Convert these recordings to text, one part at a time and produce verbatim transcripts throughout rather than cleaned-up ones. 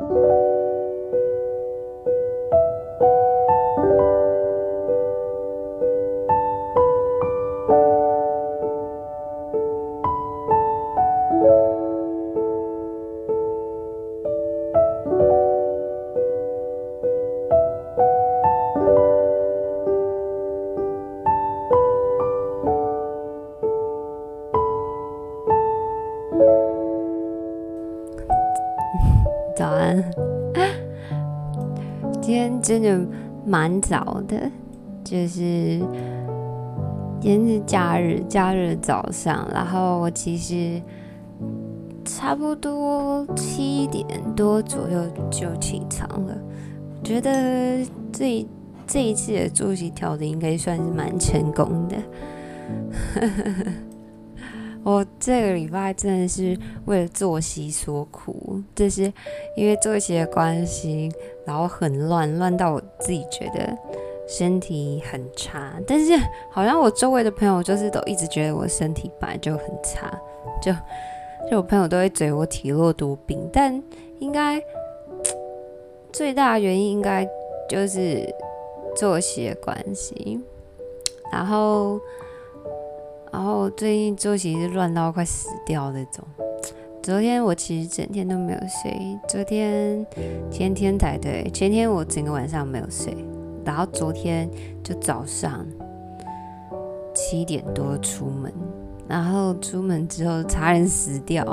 早安，今天真的蛮早的，就是今天是假日，假日早上，然后我其实差不多七点多左右就起床了。我觉得这这一次的作息调整应该算是蛮成功的。我这个礼拜真的是为了作息所苦，就是因为作息的关系，然后很乱，乱到我自己觉得身体很差。但是好像我周围的朋友就是都一直觉得我身体本来就很差，就就我朋友都会嘴我体弱多病，但应该最大的原因应该就是作息的关系，然后。然后最近作息是乱到快死掉那种。昨天我其实整天都没有睡，昨天前天才对，前天我整个晚上没有睡，然后昨天就早上七点多出门，然后出门之后差点死掉。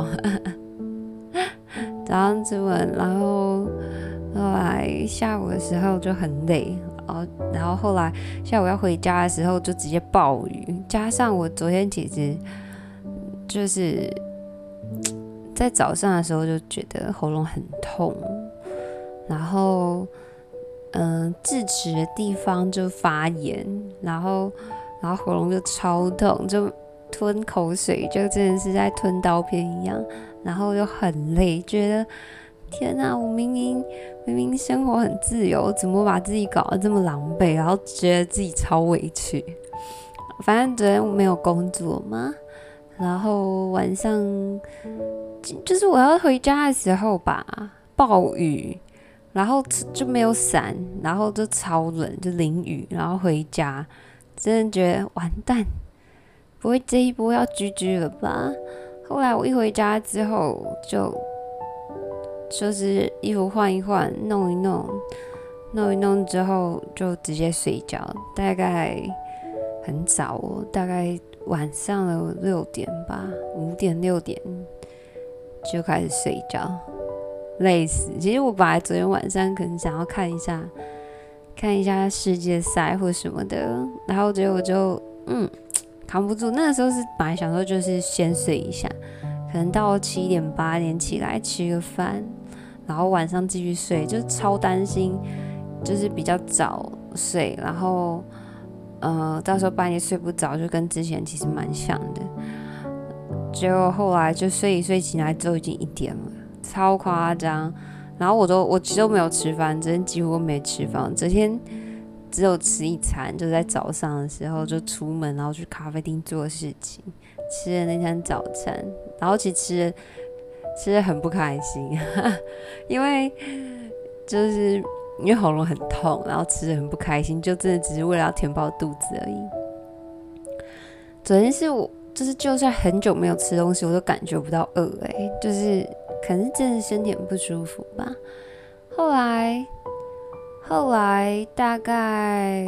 早上出门，然后后来下午的时候就很累。然后后来下午要回家的时候就直接暴雨，加上我昨天其实就是在早上的时候就觉得喉咙很痛，然后嗯、呃、智齿的地方就发炎，然后然后喉咙就超痛，就吞口水就真的是在吞刀片一样，然后又很累，觉得天哪，我明明明明生活很自由，怎么把自己搞得这么狼狈，然后觉得自己超委屈。反正昨天我没有工作嘛，然后晚上就是我要回家的时候吧，暴雨，然后就没有伞，然后就超冷，就淋雨，然后回家，真的觉得完蛋，不会这一波要 G G 了吧？后来我一回家之后就。就是衣服换一换，弄一弄，弄一弄之后就直接睡觉，大概很早哦，大概晚上的六点吧，五点六点就开始睡觉，累死。其实我本来昨天晚上可能想要看一下，看一下世界赛或什么的，然后结果就嗯扛不住。那个时候是本来想说就是先睡一下，可能到七点八点起来吃个饭。然后晚上继续睡，就超担心，就是比较早睡，然后呃，到时候半夜睡不着，就跟之前其实蛮像的。结果后来就睡一睡起来之后已经一点了，超夸张。然后我都我其实都没有吃饭，昨天几乎都没吃饭，昨天只有吃一餐，就在早上的时候就出门，然后去咖啡厅做事情，吃了那餐早餐，然后其实吃了。吃得很不开心，因为就是因为喉咙很痛，然后吃得很不开心，就真的只是为了要填饱肚子而已。昨天是我就是就算很久没有吃东西，我都感觉不到饿欸，就是可能是真的身体很不舒服吧。后来后来大概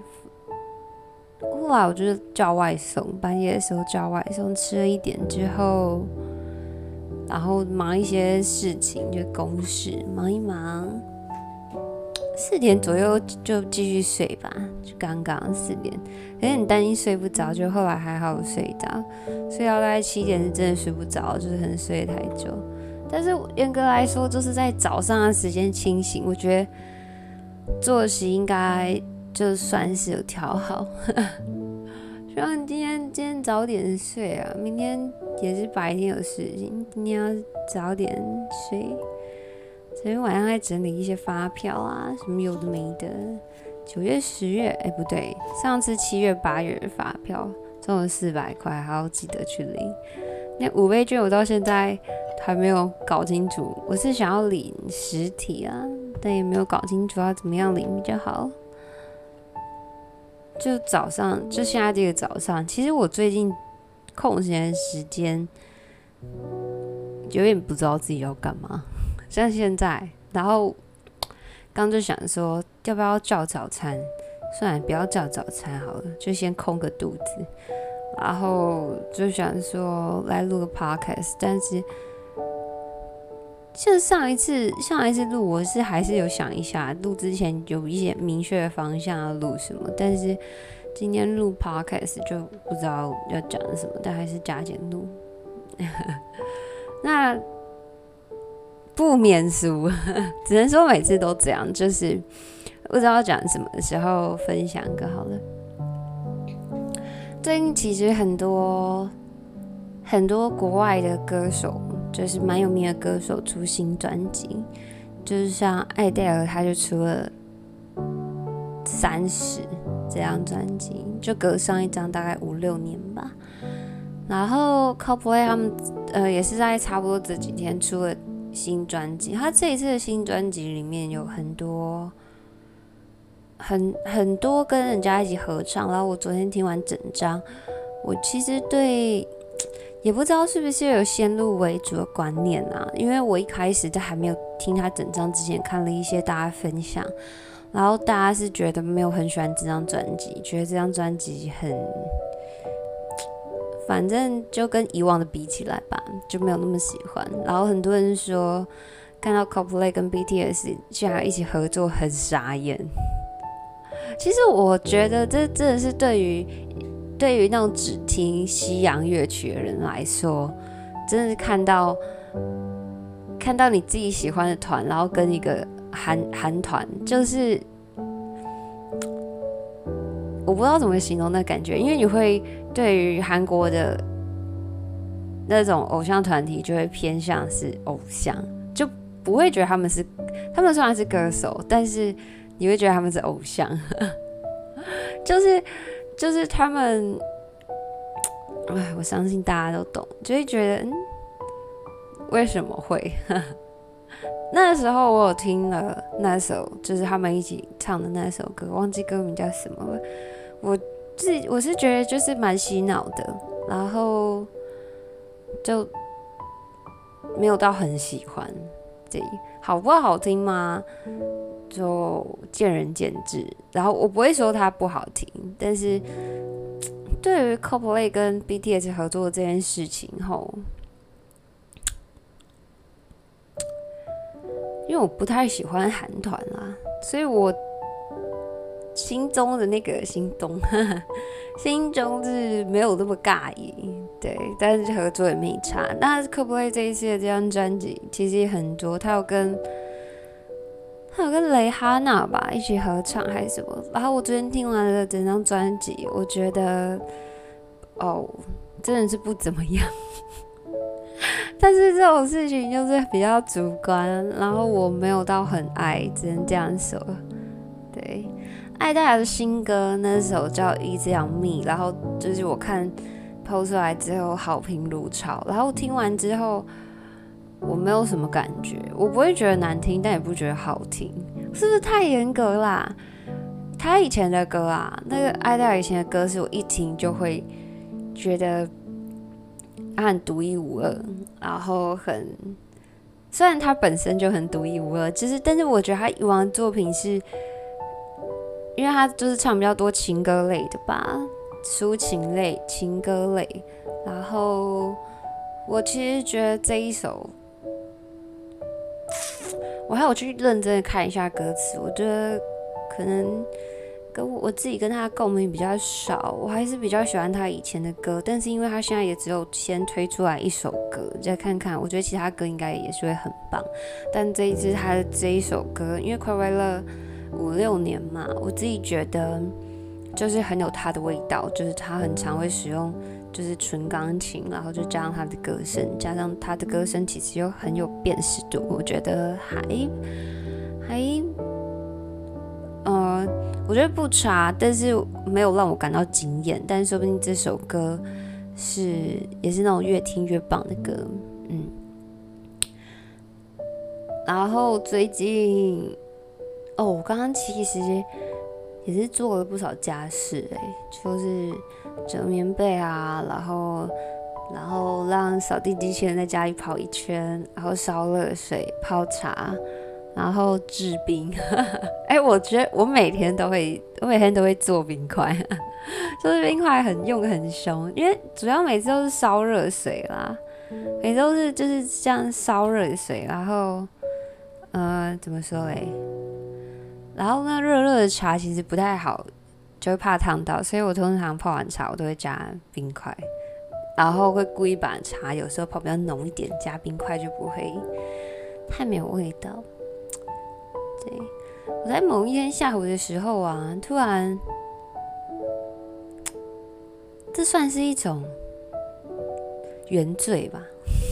后来我就是叫外送，半夜的时候叫外送，吃了一点之后。然后忙一些事情，就公事忙一忙，四点左右就继续睡吧，就刚刚四点，有点担心睡不着，就后来还好睡着，睡到大概七点是真的睡不着，就是可能睡得太久。但是严格来说，就是在早上的时间清醒，我觉得作息应该就算是有调好。希望今天今天早点睡啊，明天也是白天有事情，今天要早点睡。昨天晚上还整理一些发票啊，什么有的没的。九月、十月，哎不对，上次七月、八月的发票中了四百块，还要记得去领。那五倍券我到现在还没有搞清楚。我是想要领实体啊，但也没有搞清楚要怎么样领比较好。就早上，就现在这个早上，其实我最近空闲的时间有点不知道自己要干嘛，像现在，然后刚就想说要不要叫早餐，算了，不要叫早餐好了，就先空个肚子，然后就想说来录个 podcast， 但是像上一次上一次录，我是还是有想一下，录之前有一些明确的方向要录什么，但是今天录 podcast 就不知道要讲什么，但还是加减录。那不免俗，只能说每次都这样，就是不知道讲什么的时候分享个好了。最近其实很多很多国外的歌手，就是蛮有名的歌手出新专辑，就是像艾黛尔，他就出了三十这张专辑，就隔上一张大概五六年吧。然后 Coldplay 他们呃也是在差不多这几天出了新专辑，他这一次的新专辑里面有很多很很多跟人家一起合唱，然后我昨天听完整张，我其实对也不知道是不是有先入为主的观念啊，因为我一开始在还没有听他整张之前看了一些大家分享，然后大家是觉得没有很喜欢这张专辑，觉得这张专辑很反正就跟以往的比起来吧，就没有那么喜欢。然后很多人说看到 Coldplay 跟 B T S 竟然一起合作很傻眼。其实我觉得这真的是对于对于那种只听西洋乐曲的人来说，真的是看到看到你自己喜欢的团，然后跟一个韩韩团，就是我不知道怎么形容那感觉，因为你会对于韩国的那种偶像团体就会偏向是偶像，就不会觉得他们是他们虽然是歌手，但是你会觉得他们是偶像，就是就是他们，哎，我相信大家都懂，就会觉得，嗯，为什么会？那时候我有听了那首，就是他们一起唱的那首歌，忘记歌名叫什么了。我自己我是觉得就是蛮洗脑的，然后就没有到很喜欢。这好不好听吗？就见仁见智。然后我不会说它不好听，但是对于 Coldplay 跟 B T S 合作的这件事情后，因为我不太喜欢韩团啦，所以我心中的那个心中心中是没有那么尬意，对，但是合作也没差。那 Coldplay 这一次的这张专辑其实也很多，他有跟他有跟蕾哈娜吧一起合唱还是什么，然后我昨天听完了整张专辑，我觉得哦真的是不怎么样。但是这种事情就是比较主观，然后我没有到很爱，只能这样说。对，艾黛尔的新歌那首叫《Easy on Me》，然后就是我看 P O 出来之后好评如潮，然后听完之后我没有什么感觉，我不会觉得难听，但也不觉得好听，是不是太严格啦？他以前的歌啊，那个艾黛尔以前的歌是我一听就会觉得他很独一无二，然后很虽然他本身就很独一无二，就是但是我觉得他以往的作品是，因为他就是唱比较多情歌类的吧，抒情类、情歌类，然后我其实觉得这一首，我还有去认真的看一下歌词，我觉得可能跟我自己跟他的共鸣比较少，我还是比较喜欢他以前的歌，但是因为他现在也只有先推出来一首歌，再看看，我觉得其他歌应该也是会很棒，但这一支他的这一首歌，因为快快乐五六年嘛，我自己觉得就是很有他的味道，就是他很常会使用就是纯钢琴，然后就加上他的歌声，加上他的歌声其实又很有辨识度，我觉得还还呃，我觉得不差，但是没有让我感到惊艳，但是说不定这首歌是也是那种越听越棒的歌，嗯。 然后最近，哦，我刚刚其实也是做了不少家事、欸，就是折棉被啊，然后然后让扫地机器人在家里跑一圈，然后烧热水、泡茶，然后制冰。哎、欸，我觉得我每天都会，我每天都会做冰块，就是冰块很用很凶，因为主要每次都是烧热水啦，每次都是就是这样烧热水，然后呃怎么说嘞？然后那热热的茶其实不太好，就会怕烫到，所以我通常泡完茶我都会加冰块，然后会故意把茶有时候泡比较浓一点，加冰块就不会太没有味道。对，我在某一天下午的时候啊，突然，这算是一种原罪吧，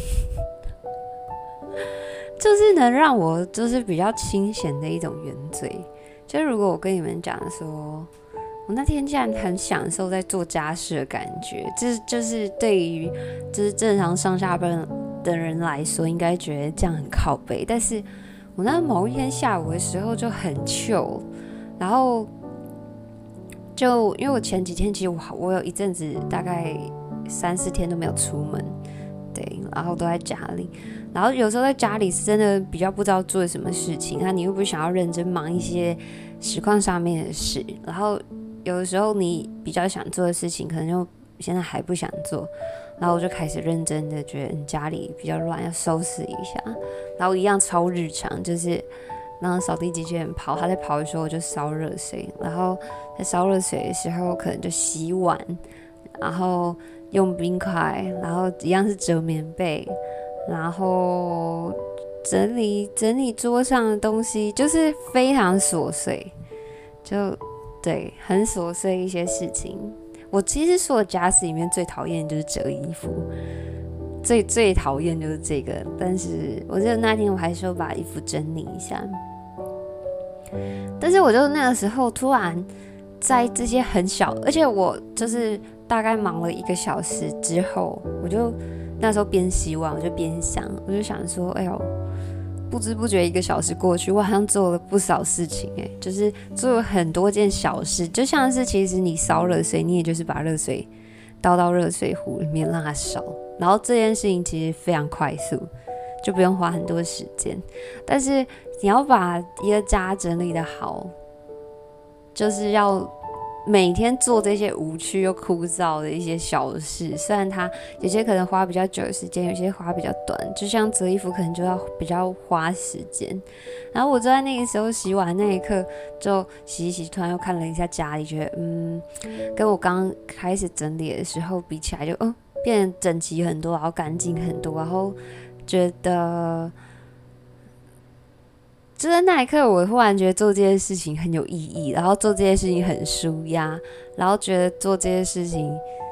就是能让我就是比较清闲的一种原罪。就如果我跟你们讲说，我那天竟然很享受在做家事的感觉，这就是对于就是正常上下班的人来说，应该觉得这样很靠北。但是我那某一天下午的时候就很 chill， 然后就因为我前几天其实我我有一阵子大概三四天都没有出门，对，然后都在家里。然后有时候在家里是真的比较不知道做什么事情，那你又不想要认真忙一些实况上面的事，然后有的时候你比较想做的事情，可能就现在还不想做，然后我就开始认真的觉得你家里比较乱，要收拾一下。然后一样超日常，就是让扫地机器人跑，它在跑的时候我就烧热水，然后在烧热水的时候可能就洗碗，然后用冰块，然后一样是折棉被。然后整理整理桌上的东西，就是非常琐碎，就对，很琐碎一些事情。我其实所有家事里面最讨厌的就是折衣服，最最讨厌就是这个。但是我记得那天我还是要把衣服整理一下，但是我就那个时候突然在这些很小，而且我就是大概忙了一个小时之后，我就。那时候边洗碗，我就边想，我就想说，哎呦，不知不觉一个小时过去，我好像做了不少事情、欸，哎，就是做了很多件小事，就像是其实你烧热水，你也就是把热水倒到热水壶里面让它烧，然后这件事情其实非常快速，就不用花很多时间。但是你要把一个家整理的好，就是要。每天做这些无趣又枯燥的一些小事，虽然它有些可能花比较久的时间，有些花比较短，就像折衣服可能就要比较花时间。然后我就在那个时候洗碗那一刻，就洗一洗，突然又看了一下家里，觉得嗯，跟我刚开始整理的时候比起来就，就嗯变得整齐很多，然后干净很多，然后觉得。就在那一刻，我忽然觉得做这件事情很有意义，然后做这件事情很舒压，然后觉得做这件事情，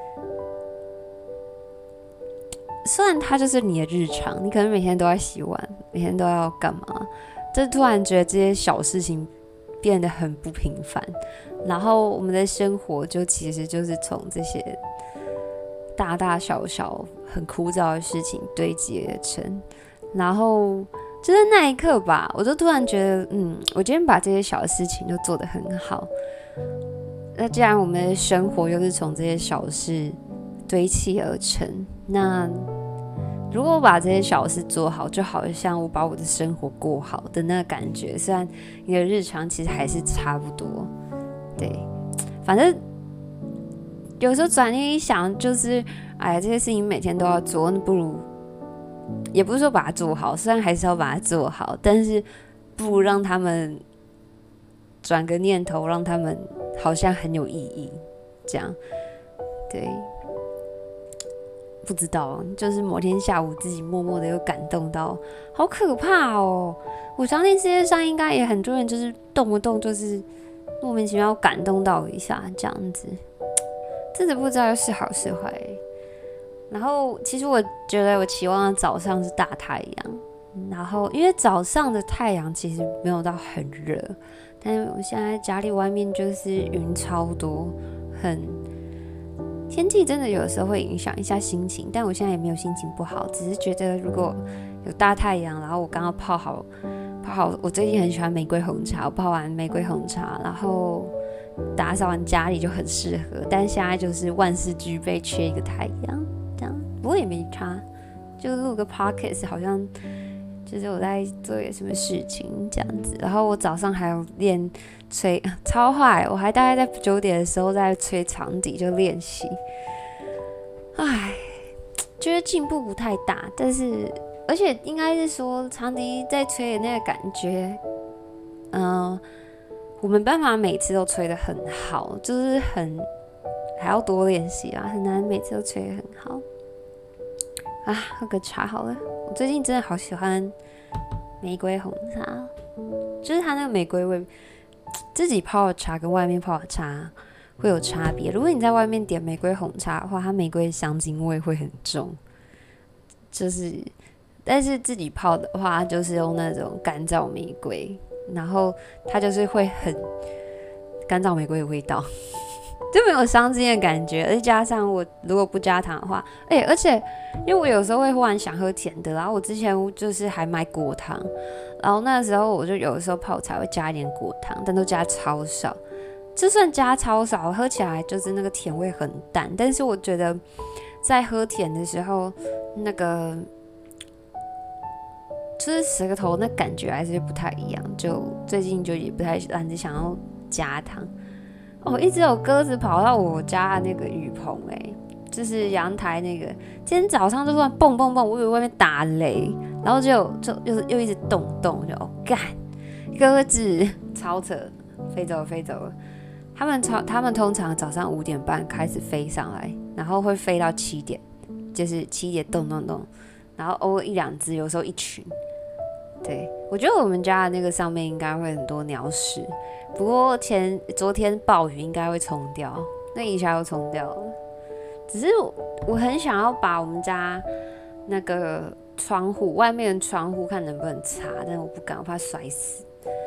虽然它就是你的日常，你可能每天都在洗碗，每天都要干嘛，但突然觉得这些小事情变得很不平凡，然后我们的生活就其实就是从这些大大小小很枯燥的事情堆积而成，然后。就在那一刻吧，我就突然觉得，嗯，我今天把这些小事情都做得很好。那既然我们的生活又是从这些小事堆砌而成，那如果我把这些小事做好，就好像我把我的生活过好的那个感觉。虽然你的日常其实还是差不多，对，反正有时候转念一想，就是哎，这些事情每天都要做，那不如。也不是说把它做好，虽然还是要把它做好，但是不如让他们转个念头，让他们好像很有意义，这样，对，不知道，就是某天下午自己默默的有感动到，好可怕哦！我相信世界上应该也很多人就是动不动就是莫名其妙感动到一下这样子，真的不知道是好是坏。然后，其实我觉得我期望的早上是大太阳，然后因为早上的太阳其实没有到很热，但是我现在家里外面就是云超多，很天气真的有时候会影响一下心情，但我现在也没有心情不好，只是觉得如果有大太阳，然后我刚刚泡好泡好，我最近很喜欢玫瑰红茶，我泡完玫瑰红茶，然后打扫完家里就很适合。但现在就是万事俱备，缺一个太阳，这样不过也没差，就录个 podcast 好像。就是我在做点什么事情这样子，然后我早上还有练吹，超坏！我还大概在九点的时候在吹长笛就练习，唉，觉得进步不太大，但是而且应该是说长笛在吹的那个感觉，嗯、呃，我没办法每次都吹得很好，就是很还要多练习啊，很难每次都吹得很好。啊，喝个茶好了。我最近真的好喜欢玫瑰红茶，就是它那个玫瑰味，自己泡的茶跟外面泡的茶会有差别。如果你在外面点玫瑰红茶的话，它玫瑰香精味会很重，就是，但是自己泡的话，就是用那种干燥玫瑰，然后它就是会很干燥玫瑰的味道。就没有香精的感觉，而且加上我如果不加糖的话，哎、欸，而且因为我有时候会忽然想喝甜的，然后我之前就是还买果糖，然后那时候我就有的时候泡茶会加一点果糖，但都加超少，就算加超少，喝起来就是那个甜味很淡，但是我觉得在喝甜的时候，那个就是舌头那感觉还是不太一样，就最近就也不太懒得想要加糖。哦，一直有鸽子跑到我家的那个雨棚、欸，哎，就是阳台那个。今天早上就突然蹦蹦蹦，我以为外面打雷，然后就就又又一直动动，就哦干，鸽子超扯，飞走了飞走了。他们超他们通常早上五点半开始飞上来，然后会飞到七点，就是七点动动动，然后偶尔一两只，有时候一群。对，我觉得我们家的那个上面应该会很多鸟屎。不过前昨天暴雨应该会冲掉，那一下又冲掉了。只是 我, 我很想要把我们家那个窗户外面的窗户看能不能擦，但是我不敢，我怕摔死。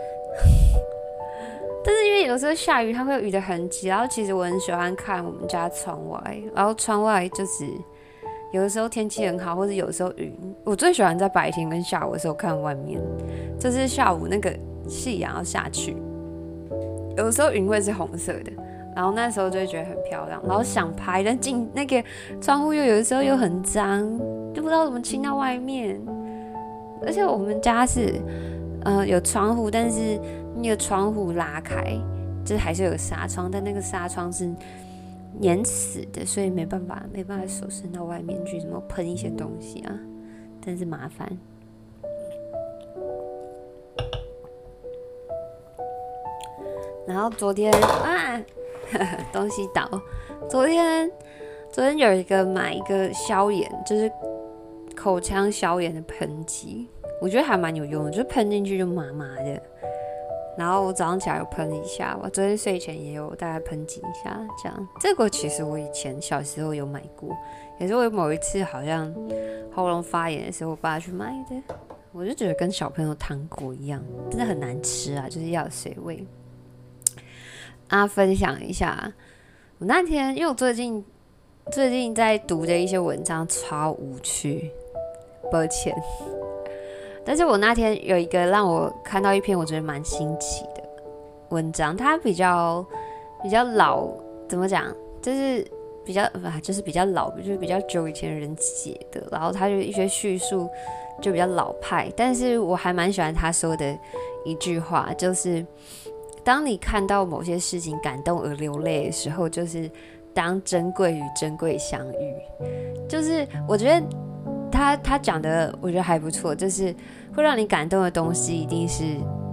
但是因为有时候下雨，它会有雨的痕迹，然后其实我很喜欢看我们家窗外，然后窗外就是有的时候天气很好，或者有时候云，我最喜欢在白天跟下午的时候看外面，就是下午那个夕阳要下去。有的时候云会是红色的，然后那时候就会觉得很漂亮，然后想拍，但进那个窗户又有的时候又很脏，就不知道怎么清到外面。而且我们家是，呃，有窗户，但是那个窗户拉开，就是还是有纱窗，但那个纱窗是粘死的，所以没办法，没办法手伸到外面去，什么喷一些东西啊，真是麻烦。然后昨天啊，呵呵东西倒。昨天昨天有一个买一个消炎，就是口腔消炎的喷剂，我觉得还蛮有用的，就喷进去就麻麻的。然后我早上起来有喷一下，我昨天睡前也有大概喷几下，这样。这个其实我以前小时候有买过，也是我某一次好像喉咙发炎的时候，我爸去买的。我就觉得跟小朋友糖果一样，真的很难吃啊，就是要有水味。啊，分享一下，我那天因为我最近最近在读的一些文章超无趣，抱歉。但是我那天有一个让我看到一篇我觉得蛮新奇的文章，它比较比较老，怎么讲？就是比较啊，就是比较老，就是比较久以前的人写的，然后他就一些叙述就比较老派，但是我还蛮喜欢他说的一句话，就是。当你看到某些事情感动而流泪的时候，就是当珍贵与珍贵相遇。就是我觉得他他讲的，我觉得还不错。就是会让你感动的东西，一定是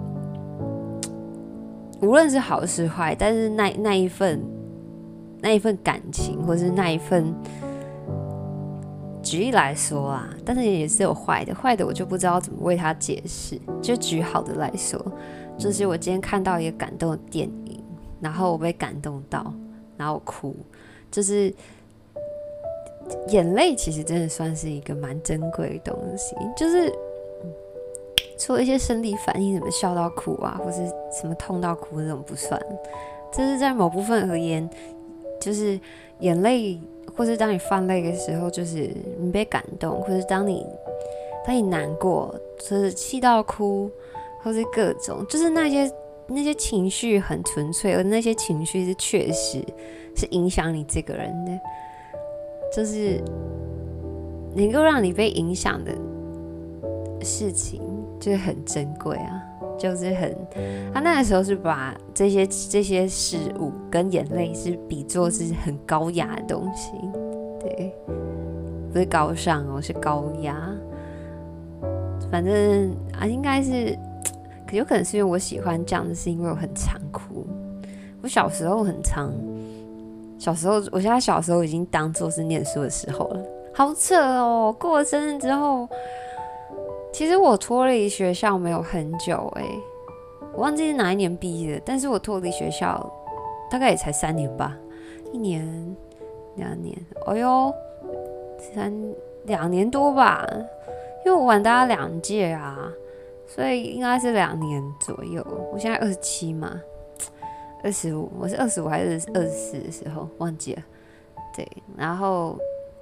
无论是好是坏，但是那那一份那一份感情，或是那一份，举例来说啊，但是也是有坏的，坏的我就不知道怎么为他解释。就举好的来说。就是我今天看到一个感动的电影，然后我被感动到，然后我哭，就是眼泪其实真的算是一个蛮珍贵的东西，就是除了一些生理反应，什么笑到哭啊，或是什么痛到哭那种不算，就是在某部分而言，就是眼泪，或是当你泛泪的时候，就是你被感动，或是当你当你难过，就是气到哭，或是各种，就是那些那些情绪很纯粹，而那些情绪是确实是影响你这个人的，就是能够让你被影响的事情，就是很珍贵啊。就是很，他那个时候是把这些这些事物跟眼泪是比作是很高雅的东西，对，不是高尚哦，是高雅。反正啊，应该是，可有可能是因为我喜欢这样的，是因为我很常哭。我小时候很常，小时候，我现在小时候已经当作是念书的时候了，好扯哦。过了生日之后。其实我脱离学校没有很久哎、欸，我忘记是哪一年毕业的，但是我脱离学校大概也才三年吧，一年、两年，哎呦，三两年多吧，因为我晚大家两届啊，所以应该是两年左右。我现在二十七嘛，二十五，我是二十五还是二十四的时候忘记了，对，然后。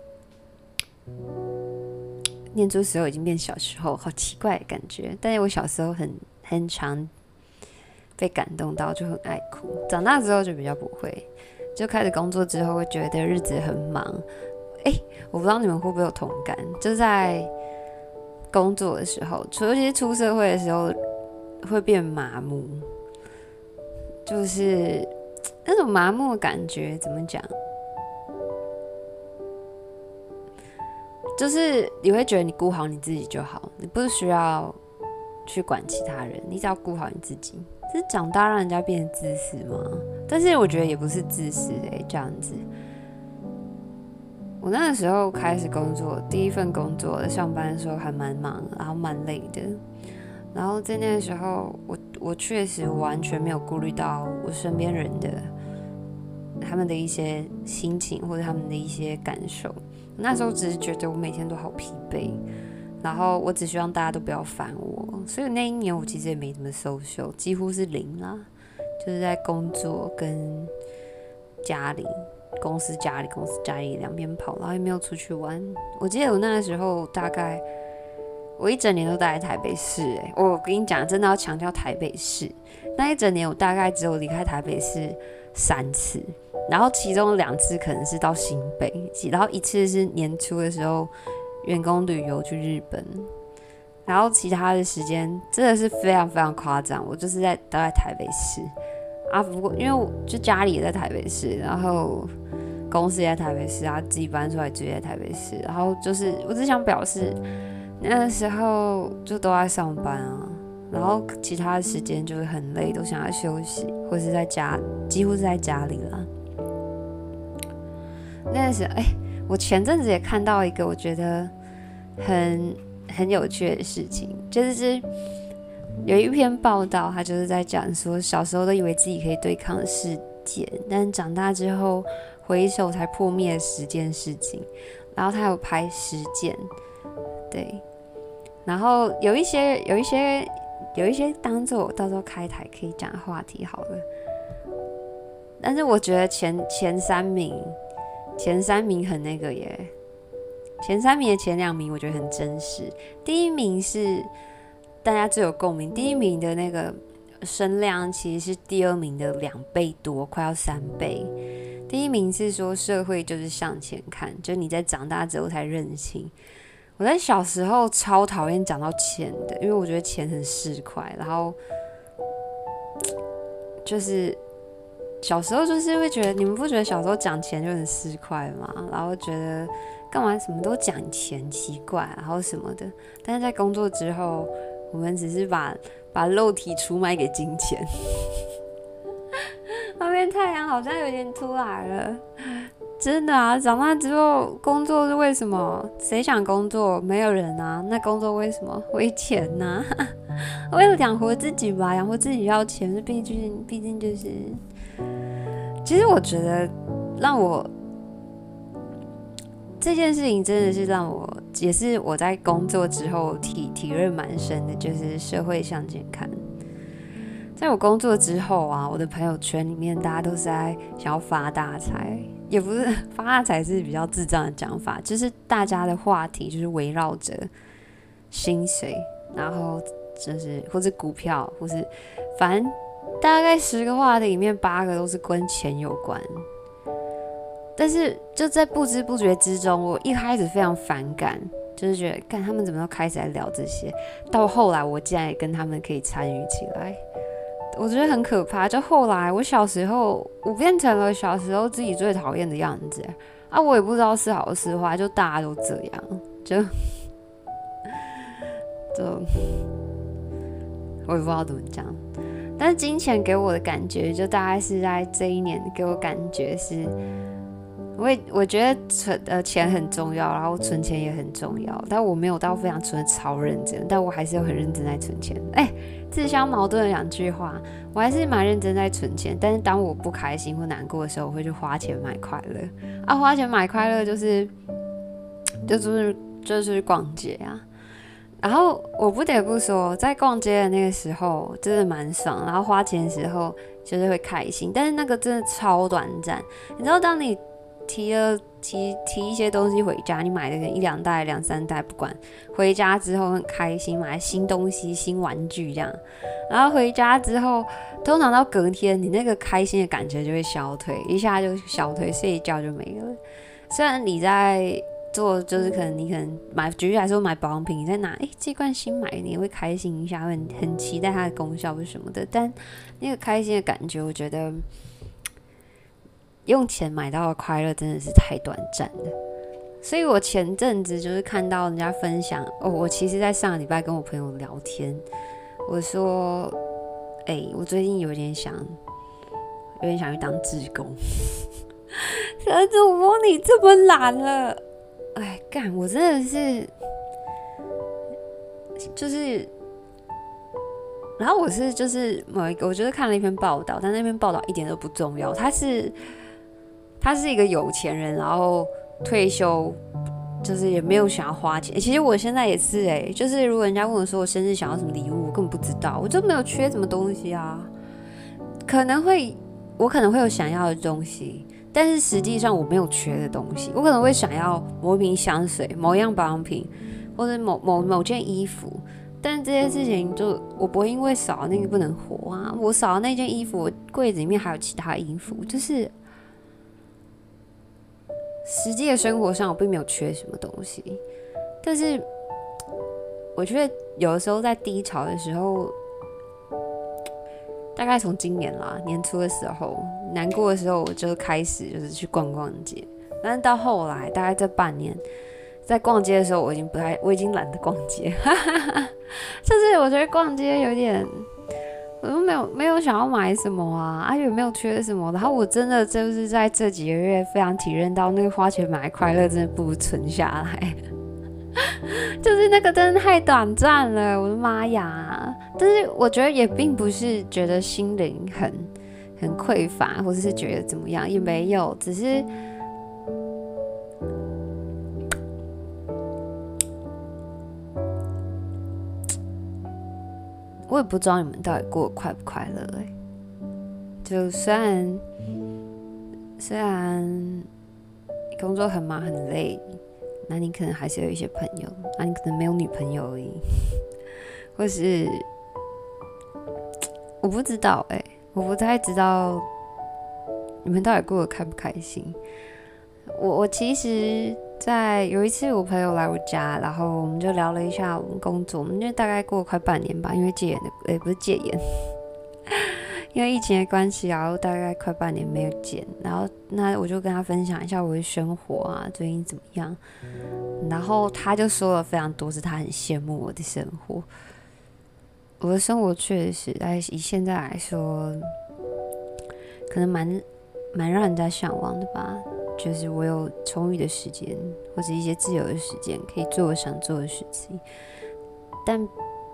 念书的时候已经变小时候，好奇怪的感觉。但是我小时候很很常被感动到，就很爱哭。长大之后就比较不会，就开始工作之后会觉得日子很忙。哎、欸，我不知道你们会不会有同感，就在工作的时候，尤其是出社会的时候，会变麻木，就是那种麻木的感觉，怎么讲？就是你会觉得你顾好你自己就好，你不需要去管其他人，你只要顾好你自己。这是长大让人家变得自私吗？但是我觉得也不是自私欸，这样子。我那个时候开始工作，第一份工作上班的时候还蛮忙，然后蛮累的。然后在那个时候，我我确实完全没有顾虑到我身边人的他们的一些心情或者他们的一些感受。那时候只是觉得我每天都好疲惫，然后我只希望大家都不要烦我，所以那一年我其实也没怎么 social， 几乎是零啦，就是在工作跟家里、公司家里、公司家里两边跑，然后也没有出去玩。我记得我那个时候大概我一整年都待在台北市、欸，我跟你讲，真的要强调台北市，那一整年我大概只有离开台北市三次。然后其中两次可能是到新北，然后一次是年初的时候员工旅游去日本，然后其他的时间真的是非常非常夸张，我就是在都在台北市啊。不过因为我就家里也在台北市，然后公司也在台北市啊，自己搬出来住也在台北市，然后就是我只想表示那时候就都在上班啊，然后其他的时间就是很累，都想要休息，或是在家，几乎是在家里啦。那时候，哎、欸，我前阵子也看到一个我觉得很很有趣的事情，就是有一篇报道，他就是在讲说，小时候都以为自己可以对抗世界，但长大之后回首才破灭了十件事情。然后他有拍十件，对，然后有一些有一些有一些当做我到时候开台可以讲的话题好了。但是我觉得前前三名。前三名很那个耶，前三名的前两名我觉得很真实。第一名是大家最有共鸣，第一名的那个声量其实是第二名的两倍多，快要三倍。第一名是说社会就是向前看，就你在长大之后才认清。我在小时候超讨厌讲到钱的，因为我觉得钱很市侩，然后就是。小时候就是会觉得，你们不觉得小时候讲钱就很市侩吗？然后觉得干嘛什么都讲钱，奇怪，然后什么的。但是在工作之后，我们只是把把肉体出卖给金钱。外面太阳好像有点出来了，真的啊！长大之后，工作是为什么？谁想工作？没有人啊。那工作为什么？为钱呐、啊？为了养活自己吧，养活自己要钱，毕竟毕竟就是。其实我觉得让我这件事情真的是让我，也是我在工作之后体体认蛮深的，就是社会向前看。在我工作之后啊，我的朋友圈里面大家都是在想要发大财，也不是发大财是比较智障的讲法，就是大家的话题就是围绕着薪水，然后就是或是股票，或是反正大概十个话题里面八个都是跟钱有关。但是就在不知不觉之中，我一开始非常反感，就是觉得干他们怎么都开始来聊这些，到后来我竟然也跟他们可以参与起来，我觉得很可怕。就后来我小时候，我变成了小时候自己最讨厌的样子啊，我也不知道是好是坏，就大家都这样，就就我也不知道怎么讲。但是金钱给我的感觉，就大概是在这一年给我感觉是。我也我觉得存呃钱很重要，然后存钱也很重要，但我没有到非常存的超认真，但我还是有很认真在存钱。哎、欸，自相矛盾的两句话，我还是蛮认真在存钱，但是当我不开心或难过的时候，我会去花钱买快乐啊，花钱买快乐就是就是就是逛街啊。然后我不得不说，在逛街的那个时候真的蛮爽，然后花钱的时候就是会开心，但是那个真的超短暂。你知道，当你提了提提一些东西回家，你买了一两袋、两三袋，不管回家之后很开心，买新东西、新玩具这样，然后回家之后，通常到隔天，你那个开心的感觉就会消退，一下就消退，睡一觉就没了。虽然你在做，就是可能你可能买，举例来说买保养品，你在拿，哎、欸，这罐新买，你也会开心一下，会 很, 很期待它的功效是什么的，但那个开心的感觉，我觉得。用钱买到的快乐真的是太短暂了，所以我前阵子就是看到人家分享哦，我其实在上个礼拜跟我朋友聊天，我说，哎、欸，我最近有点想，有点想去当志工，可是主播你这么懒了，哎，干，我真的是，就是。然后我是就是某一个，我就是看了一篇报道，但那篇报道一点都不重要，他是。他是一个有钱人，然后退休，就是也没有想要花钱。其实我现在也是哎、欸，就是如果人家问我说我生日想要什么礼物，我根本不知道，我就没有缺什么东西啊。可能会，我可能会有想要的东西，但是实际上我没有缺的东西。我可能会想要某一瓶香水、某一样保养品，或者某某某件衣服。但是这件事情就我不会因为少了那个不能活啊。我少了那件衣服，我柜子里面还有其他衣服，就是。实际的生活上，我并没有缺什么东西，但是我觉得有的时候在低潮的时候，大概从今年啦年初的时候，难过的时候，我就开始就是去逛逛街，但是到后来大概这半年，在逛街的时候，我已经不太，我已经懒得逛街，就是我觉得逛街有点。我都没有没有想要买什么啊，啊也没有缺什么，然后我真的就是在这几个月非常体认到那个花钱买快乐真的不如存下来，就是那个真的太短暂了，我的妈呀！但是我觉得也并不是觉得心灵很很匮乏，或者是觉得怎么样，也没有，只是。我也不知道你们到底过得快不快乐哎、欸，就虽然虽然工作很忙很累，那你可能还是有一些朋友，那你可能没有女朋友而已，或是我不知道哎、欸，我不太知道你们到底过得开不开心。我我其实。在有一次，我朋友来我家，然后我们就聊了一下我们工作。我们就大概过了快半年吧，因为戒严的，也、欸、不是戒严，因为疫情的关系，然后大概快半年没有见。然后那我就跟他分享一下我的生活啊，最近怎么样。然后他就说了非常多，是他很羡慕我的生活。我的生活确实，在以现在来说，可能蛮蛮让人家向往的吧。就是我有充裕的时间，或者一些自由的时间，可以做我想做的事情。但，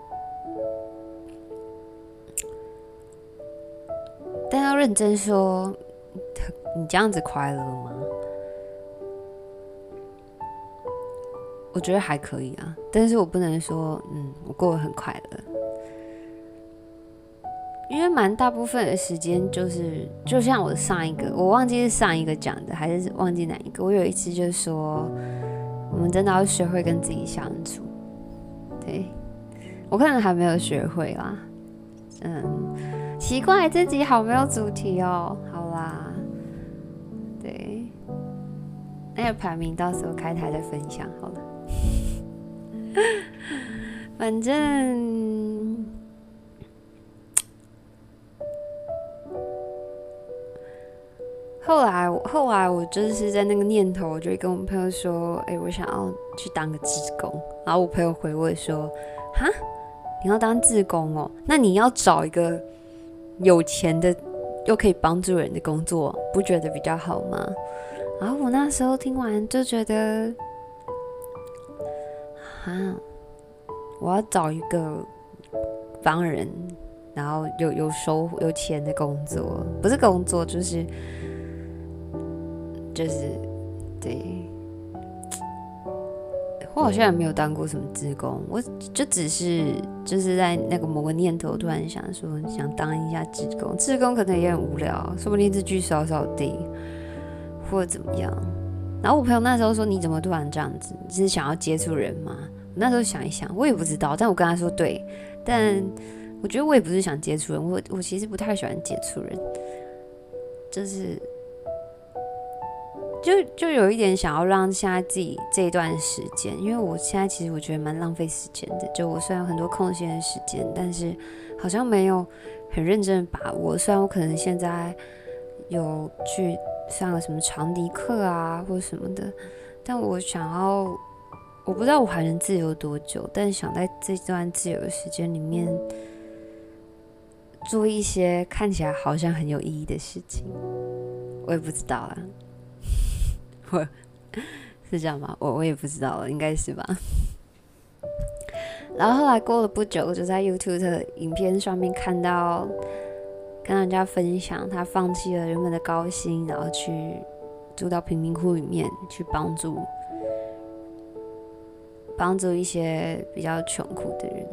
但要认真说，你这样子快乐吗？我觉得还可以啊，但是我不能说，嗯，我过得很快乐。因为蛮大部分的时间就是，就像我上一个，我忘记是上一个讲的，还是忘记哪一个。我有一次就是说，我们真的要学会跟自己相处。 对，我可能还没有学会啦。嗯，奇怪，这集好没有主题哦。好啦，对，那个排名到时候开台再分享好了。反正后来，后来我就是在那个念头，我就会跟我朋友说：“哎、欸，我想要去当个志工。”然后我朋友回我说：“哈，你要当志工哦？那你要找一个有钱的又可以帮助人的工作，不觉得比较好吗？”然后我那时候听完就觉得，哈。我要找一个帮人，然后有有收有钱的工作，不是工作就是就是对。我好像也没有当过什么志工，我就只是就是在那个某个念头突然想说想当一下志工，志工可能也很无聊，说不定是去扫扫地或者怎么样。然后我朋友那时候说：“你怎么突然这样子？你是想要接触人吗？”我那时候想一想，我也不知道，但我跟他说对，但我觉得我也不是想接触人，我我其实不太喜欢接触人，就是就就有一点想要让现在自己这一段时间，因为我现在其实我觉得蛮浪费时间的，就我虽然有很多空闲的时间，但是好像没有很认真的把握。虽然我可能现在有去上了什么长笛课啊或什么的，但我想要。我不知道我还能自由多久，但想在这段自由的时间里面做一些看起来好像很有意义的事情，我也不知道啊，我是这样吗？我我也不知道了，应该是吧。然后后来过了不久，我就在 YouTube 的影片上面看到，看到人家分享他放弃了原本的高薪，然后去住到贫民窟里面去帮助。帮助一些比较穷苦的人。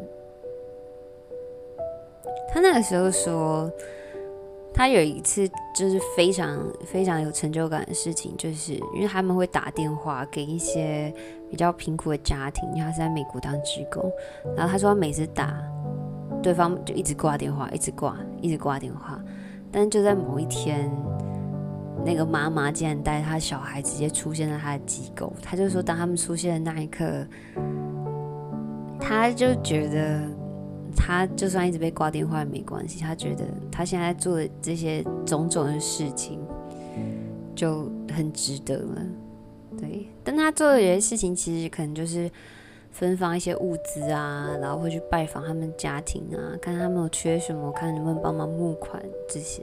他那个时候说，他有一次就是非常非常有成就感的事情，就是因为他们会打电话给一些比较贫苦的家庭，因为他是在美国当志工。然后他说他每次打，对方就一直挂电话，一直挂，一直挂电话。但就在某一天，那个妈妈竟然带他小孩直接出现在他的机构，他就说，当他们出现的那一刻，他就觉得，他就算一直被挂电话也没关系，他觉得他现在做的这些种种的事情就很值得了，对。但他做的有些事情，其实可能就是分发一些物资啊，然后会去拜访他们家庭啊，看他们有缺什么，看能不能帮忙募款这些。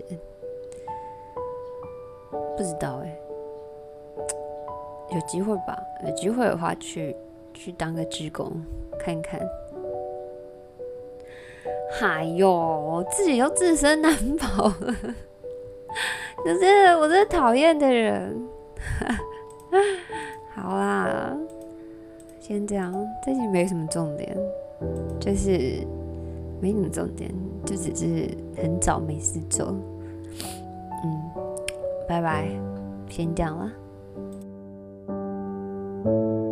不知道哎、欸，有机会吧？有机会的话去去当个志工看看。哎呦，自己都自身难保了，可是我最讨厌的人。好啦，先这样，这集没什么重点，就是没什么重点，就只是很早没事做。嗯。拜拜，先这样了。